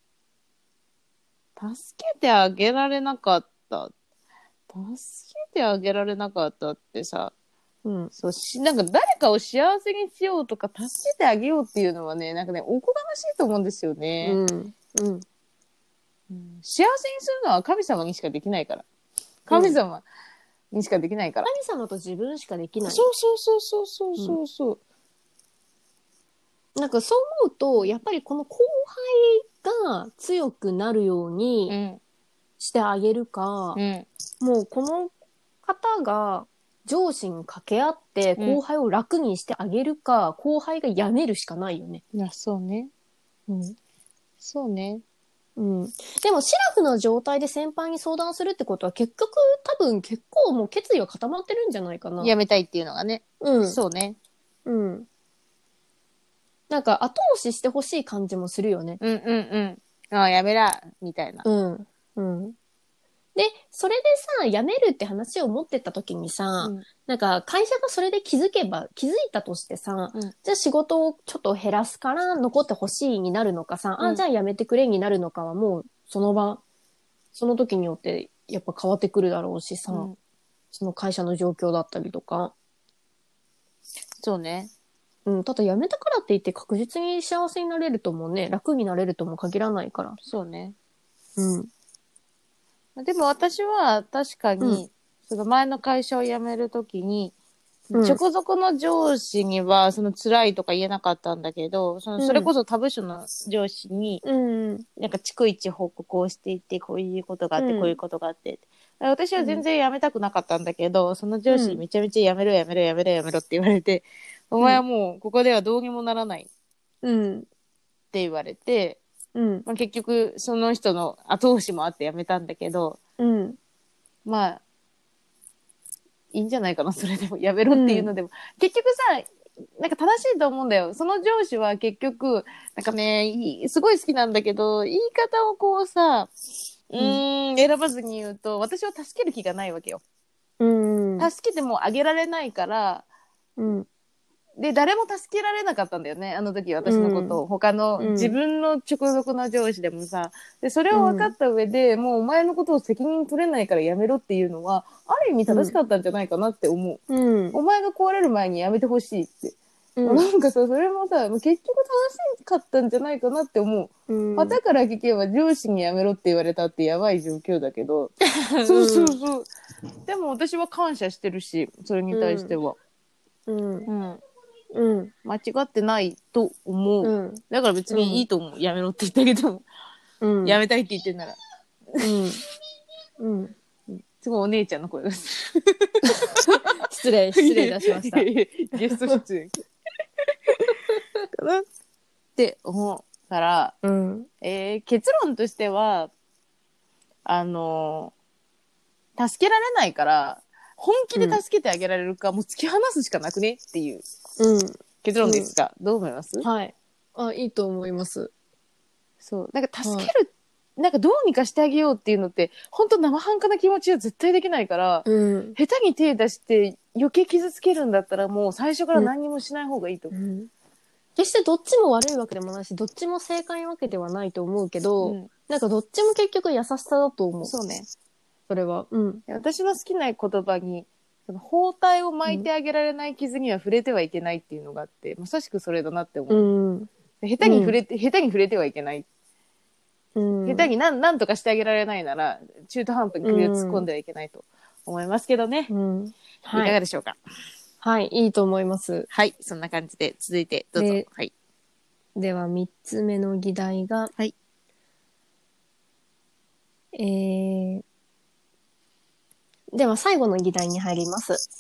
助けてあげられなかった。助けてあげられなかったってさ、
うん。
なんか誰かを幸せにしようとか、助けてあげようっていうのはね、なんかね、おこがましいと思うんですよね。
うん。うん。
幸せにするのは神様にしかできないから。神様にしかできないから。
神様と自分しかできない。
そうそうそうそうそうそう。
なんかそう思うと、やっぱりこの後輩が強くなるようにしてあげるか、もうこの方が上司に掛け合って後輩を楽にしてあげるか、後輩が辞めるしかないよね。
いや、そうね。
うん。
そうね。
うん。でも、シラフな状態で先輩に相談するってことは結局多分結構もう決意が固まってるんじゃないかな。
やめたいっていうのがね。
うん。
そうね。
うん。なんか後押ししてほしい感じもするよね。
うんうんうん。ああ、やめら、みたいな。
うん。うん。で、それでさ、辞めるって話を持ってった時にさ、なんか会社がそれで気づいたとしてさ、じゃあ仕事をちょっと減らすから残ってほしいになるのかさ、じゃあ辞めてくれになるのかはもうその時によってやっぱ変わってくるだろうしさ、その会社の状況だったりとか。
そうね。
ただ辞めたからって言って確実に幸せになれるともね、楽になれるとも限らないから。
そうね。
うん。
でも私は確かに、その前の会社を辞めるときに、直属の上司にはその辛いとか言えなかったんだけど、それこそ他部署の上司に、なんか逐一報告をしていて、こういうことがあって、こういうことがあって。私は全然辞めたくなかったんだけど、その上司にめちゃめちゃ辞めろ辞めろ辞めろ辞めろって言われて、お前はもうここではどうにもならないって言われて、まあ、結局その人の後押しもあって辞めたんだけど、まあ、いいんじゃないかな、それでも。やめろっていうのでも。結局さ、なんか正しいと思うんだよ。その上司は結局、なんかね、すごい好きなんだけど、言い方をこうさ、選ばずに言うと、私を助ける気がないわけよ。助けてもあげられないから、 で、誰も助けられなかったんだよね、あの時私のことを。他の、自分の直属の上司でもさ。で、それを分かった上で、もうお前のことを責任取れないからやめろっていうのは、ある意味正しかったんじゃないかなって思う。お前が壊れる前にやめてほしいって。なんかさ、それもさ、結局正しかったんじゃないかなって思う。だから聞けば上司にやめろって言われたってやばい状況だけど。そうそうそう。でも私は感謝してるし、それに対しては。間違ってないと思う。だから別にいいと思う。やめろって言ったけども。やめたいって言ってんなら。すごいお姉ちゃんの声がする。
失礼いたしました。
ゲスト出演。かなって思うから、結論としては、助けられないから、本気で助けてあげられるか、もう突き放すしかなくねっていう結論ですが、どう思います？
はい。いいと思います。
そう。なんか助ける、なんかどうにかしてあげようっていうのって、本当生半可な気持ちは絶対できないから、下手に手出して余計傷つけるんだったらもう最初から何にもしない方がいいと思う。
決してどっちも悪いわけでもないし、どっちも正解なわけではないと思うけど、なんかどっちも結局優しさだと思う。
そうね。
それは。
私の好きな言葉に、包帯を巻いてあげられない傷には触れてはいけないっていうのがあって、まさしくそれだなって思う。下手に触れてはいけない。下手になんとかしてあげられないなら、中途半端に首を突っ込んではいけないと思いますけどね。いかがでしょうか？
はい、いいと思います。
はい、そんな感じで続いてどうぞ。はい。
では3つ目の議題が、
はい。
では最後の議題に入ります。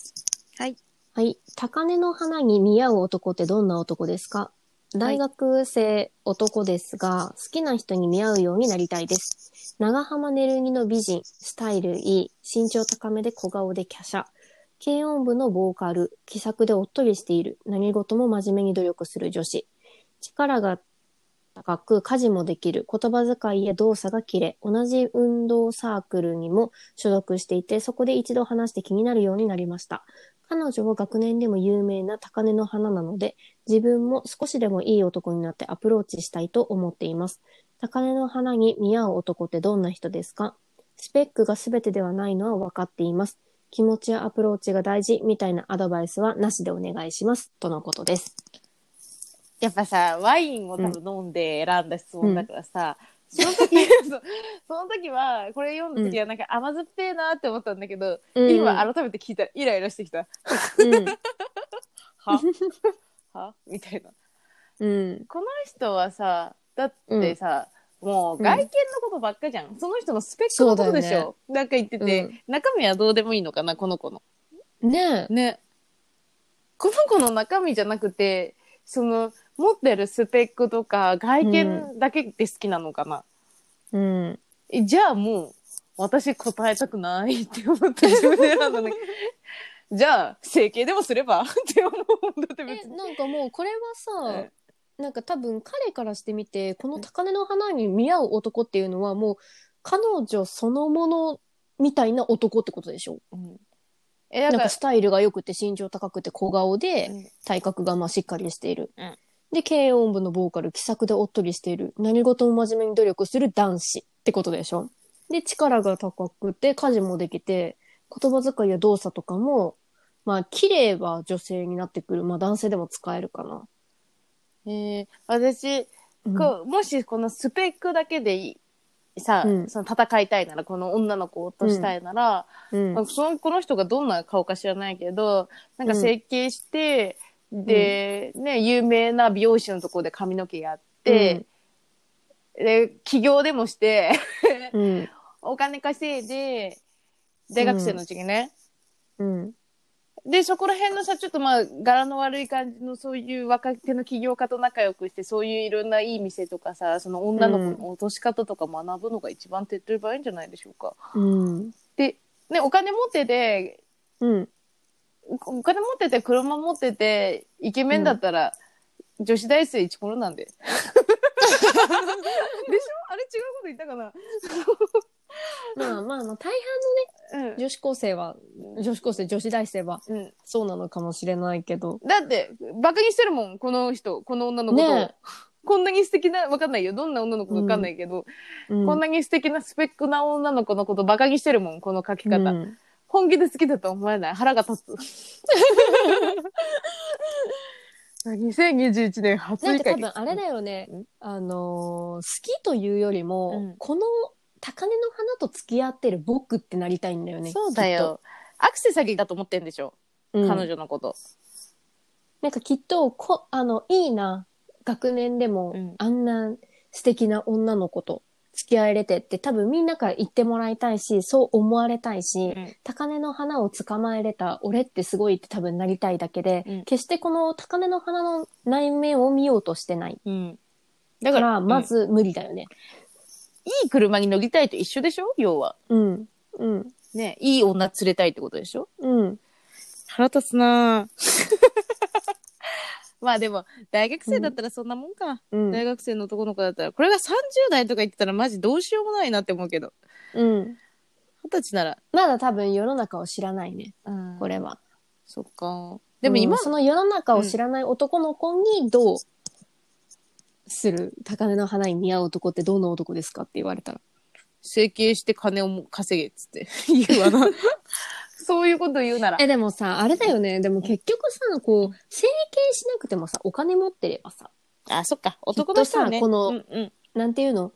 はい。
はい。高嶺の花に見合う男ってどんな男ですか？大学生男ですが、好きな人に見合うようになりたいです。長浜ねるぎの美人、スタイルいい、身長高めで小顔で華奢。軽音部のボーカル、気さくでおっとりしている、何事も真面目に努力する女子。力が高く、家事もできる、言葉遣いや動作が綺麗、同じ運動サークルにも所属していて、そこで一度話して気になるようになりました。彼女は学年でも有名な高嶺の花なので、自分も少しでもいい男になってアプローチしたいと思っています。高嶺の花に見合う男ってどんな人ですか？スペックが全てではないのは分かっています。気持ちやアプローチが大事みたいなアドバイスはなしでお願いします。とのことです。
やっぱさ、ワインを多分飲んで選んだ質問だからさ、その時は、これ読んだ時はなんか甘酸っぱいなって思ったんだけど、今改めて聞いたらイライラしてきた。はみたいな。この人はさ、だってさ、もう外見のことばっかじゃん。その人のスペックのことでしょ。なんか言ってて、中身はどうでもいいのかな、この子の。ね。この子の中身じゃなくて、持ってるスペックとか外見だけで好きなのかな。じゃあもう、私答えたくないって思って自分で選んだんだけど。じゃあ、整形でもすればって思うんだって別に。
なんかもうこれはさ、なんか多分彼からしてみて、この高嶺の花に見合う男っていうのはもう彼女そのものみたいな男ってことでしょ？なんかスタイルが良くて身長高くて小顔で、体格がまあしっかりしている。で、軽音部のボーカル、気さくでおっとりしている。何事も真面目に努力する男子ってことでしょ？で、力が高くて、家事もできて、言葉遣いや動作とかも、まあ、綺麗は女性になってくる。まあ、男性でも使えるかな。
私、もしこのスペックだけでいい。さ、その戦いたいなら、この女の子を落としたいなら、この人がどんな顔か知らないけど、なんか整形して、で、ね、有名な美容師のところで髪の毛やって、で、起業でもしてお金稼いで、大学生のうちにね、で、そこら辺のさ、ちょっとまあ、柄の悪い感じの、そういう若手の起業家と仲良くして、そういういろんないい店とかさ、その女の子の落とし方とか学ぶのが一番手っ取り早いんじゃないでしょうか。で、ね、お金持ってて、お金持ってて、車持ってて、イケメンだったら、女子大生一コロなんで。でしょ？あれ違うこと言ったかな
まあまあまあ、大半
うん
のね、女子高生、女子大生は、
うん。
そうなのかもしれないけど。
だって、バカにしてるもん、この人、この女の子と。
ね
こんなに素敵な、わかんないよ。どんな女の子かわかんないけど、
え。うん。
こんなに素敵なスペックな女の子のことバカにしてるもん、この書き方。
うん。
本気で好きだと思えない。腹が立つ。2021年初
なんか
追加
多分あれだよね。
うん
好きというよりも、
うん
この高嶺の花と付き合ってる僕ってなりたいんだよね。
そうだよ。アクセサリーだと思ってんでしょ。
きっと。
彼女のこと。
なんかきっと、いいな。学年でも、
うん
あんな素敵な女の子と付き合えれてって多分みんなから言ってもらいたいし、そう思われたいし、
うん
高嶺の花を捕まえれた俺ってすごいって多分なりたいだけで、
うん
決してこの高嶺の花の内面を見ようとしてない。
うん。だから、
から、まず無理だよね。
いい車に乗りたいと一緒でしょ要は。
うん。うん。
ね、いい女連れたいってことでしょ
うん。
腹立つなぁ。まあでも、大学生だったらそんなもんか。
うん。
大学生の男の子だったら。これが30代とか言ってたらマジどうしようもないなって思うけど。
うん。
20歳なら。
まだ多分世の中を知らないね。
うん
これは。
そっか。でも今、
その世の中を知らない男の子にどうする、高嶺の花に似合う男ってどんな男ですかって言われたら。
整形して金を稼げっつって言うわな。そういうこと言うなら。
でもさ、あれだよね。でも結局さ、整形しなくてもさ、お金持ってればさ、
あ、そっか。男の人はね。
きっとさこの
うんうん。
なんていうの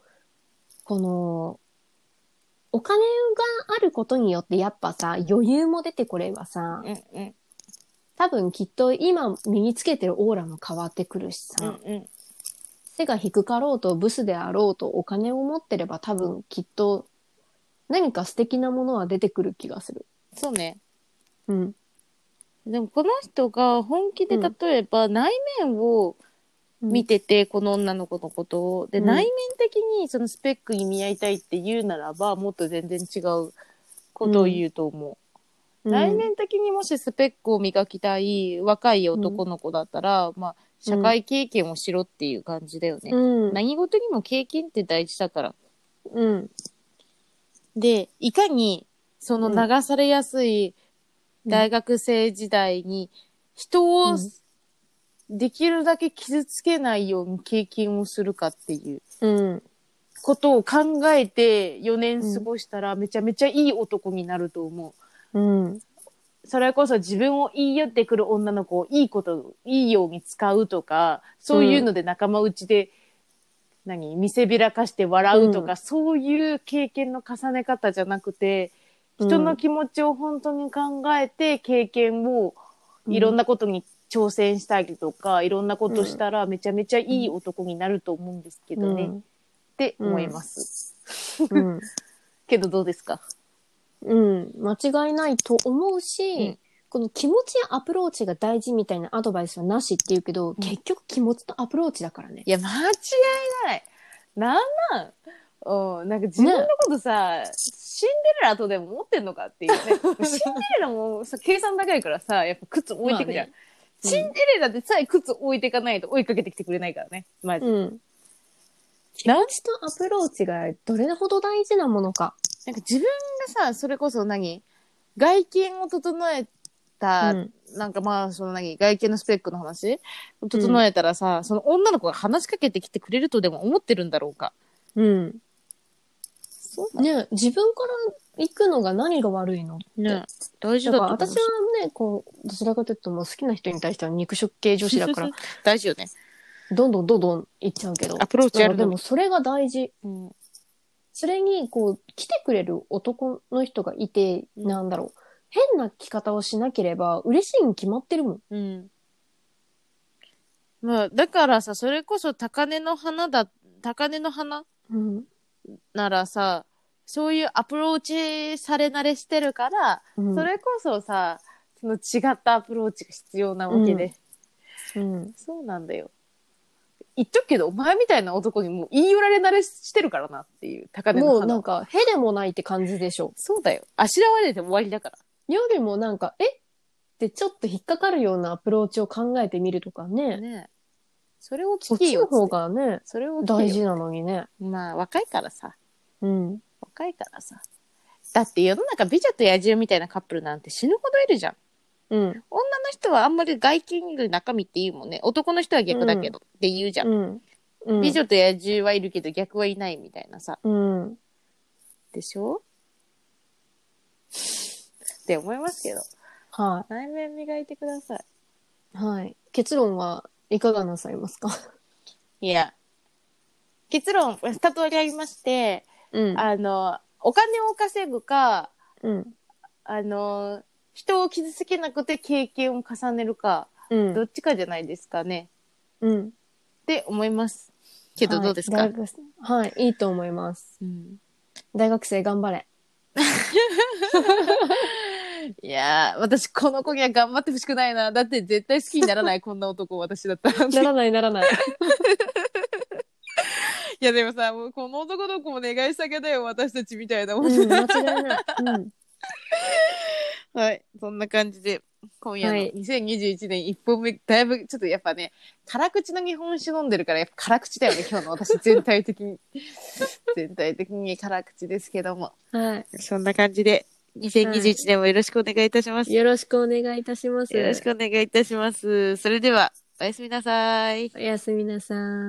お金があることによってやっぱさ、余裕も出てこればさ、
うんうん。
多分きっと今身につけてるオーラも変わってくるしさ、
うんうん。
背が低かろうとブスであろうとお金を持ってれば多分きっと何か素敵なものは出てくる気がする。
そうね。
うん。
でもこの人が本気で例えば内面を見てて、この女の子のことを。で、
うん
内面的にそのスペックに見合いたいって言うならば、もっと全然違うことを言うと思う。内面的にもしスペックを磨きたい若い男の子だったら、まあ、社会経験をしろっていう感じだよね。
うん。
何事にも経験って大事だから。
うん。
で、いかにその流されやすい大学生時代に人をできるだけ傷つけないように経験をするかっていうことを考えて4年過ごしたらめちゃめちゃいい男になると思
う。うん。
それこそ自分を言い寄ってくる女の子をいいように使うとか、そういうので仲間内で、見せびらかして笑うとか、そういう経験の重ね方じゃなくて、人の気持ちを本当に考えて経験をいろんなことに挑戦したりとか、いろんなことしたらめちゃめちゃいい男になると思うんですけどね。って思います。けどどうですか？
間違いないと思うし、この気持ちやアプローチが大事みたいなアドバイスはなしって言うけど、結局気持ちとアプローチだからね。
いや、間違いない。なんか自分のことさ、シンデレラとでも持ってんのかっていうね。シンデレラもさ、計算高いからさ、やっぱ靴置いてくじゃん。シンデレラでさえ靴置いていかないと追いかけてきてくれないからね。マジ。
気持ちとアプローチがどれほど大事なものか。
なんか自分がさ、それこそ外見を整えた、なんかまあ、外見のスペックの話を整えたらさ、その女の子が話しかけてきてくれるとでも思ってるんだろうか。
そうね、自分から行くのが何が悪いのって。
ね、大事だと思う。
私はね、どちらかというともう好きな人に対しては肉食系女子だから。
大事よね。
どんどん行っちゃうけど。
アプローチあるの。
でもそれが大事。それに、来てくれる男の人がいて、変な着方をしなければ嬉しいに決まってるもん。
まあ、だからさ、それこそ高嶺の花ならさ、そういうアプローチされ慣れしてるから、それこそさ、その違ったアプローチが必要なわけで。そうなんだよ。言っとくけど、お前みたいな男にもう言い寄られ慣れしてるからなっていう、高嶺の花。
もうなんか、へでもないって感じでしょ。
そうだよ。あしらわれて終わりだから。
よりもなんか、ってちょっと引っかかるようなアプローチを考えてみるとかね。
ねえ。それを聞きよ。
そっちの方がね、
それを
大事なのにね。
まあ、若いからさ。 若いからさ。だって世の中美女と野獣みたいなカップルなんて死ぬほどいるじゃん。
うん。
女の人はあんまり外見より中身って言うもんね。男の人は逆だけど、って言うじゃん。
うん。
美女と野獣はいるけど逆はいないみたいなさ。
うん。
でしょって思いますけど。
は
内面磨いてください。
い。はい。結論はいかがなさいますか？
いや、結論、2通りありまして、
うん。
お金を稼ぐか、
うん。
人を傷つけなくて経験を重ねるか、
うん。
どっちかじゃないですかね。
うん。
って思います。けどどうですか？
はい、いいと思います。
うん、
大学生頑張れ。
いやー、私この子には頑張ってほしくないな。だって絶対好きにならない、こんな男私だったら。
ならないならない。
いやでもさ、もうこの男の子も願い下げだよ、私たちみたいなもん。
うん、間違いない。うん。
はい、そんな感じで、今夜の
はい
2021年1本目、だいぶちょっとやっぱね、辛口の日本酒飲んでるから、やっぱ辛口だよね、今日の私全体的に。全体的に辛口ですけども。
はい。
そんな感じで、2021年もよろしくお願いいたします。
よろしくお願いいたします。
よろしくお願いいたします。それでは、おやすみなさい。
おやすみなさい。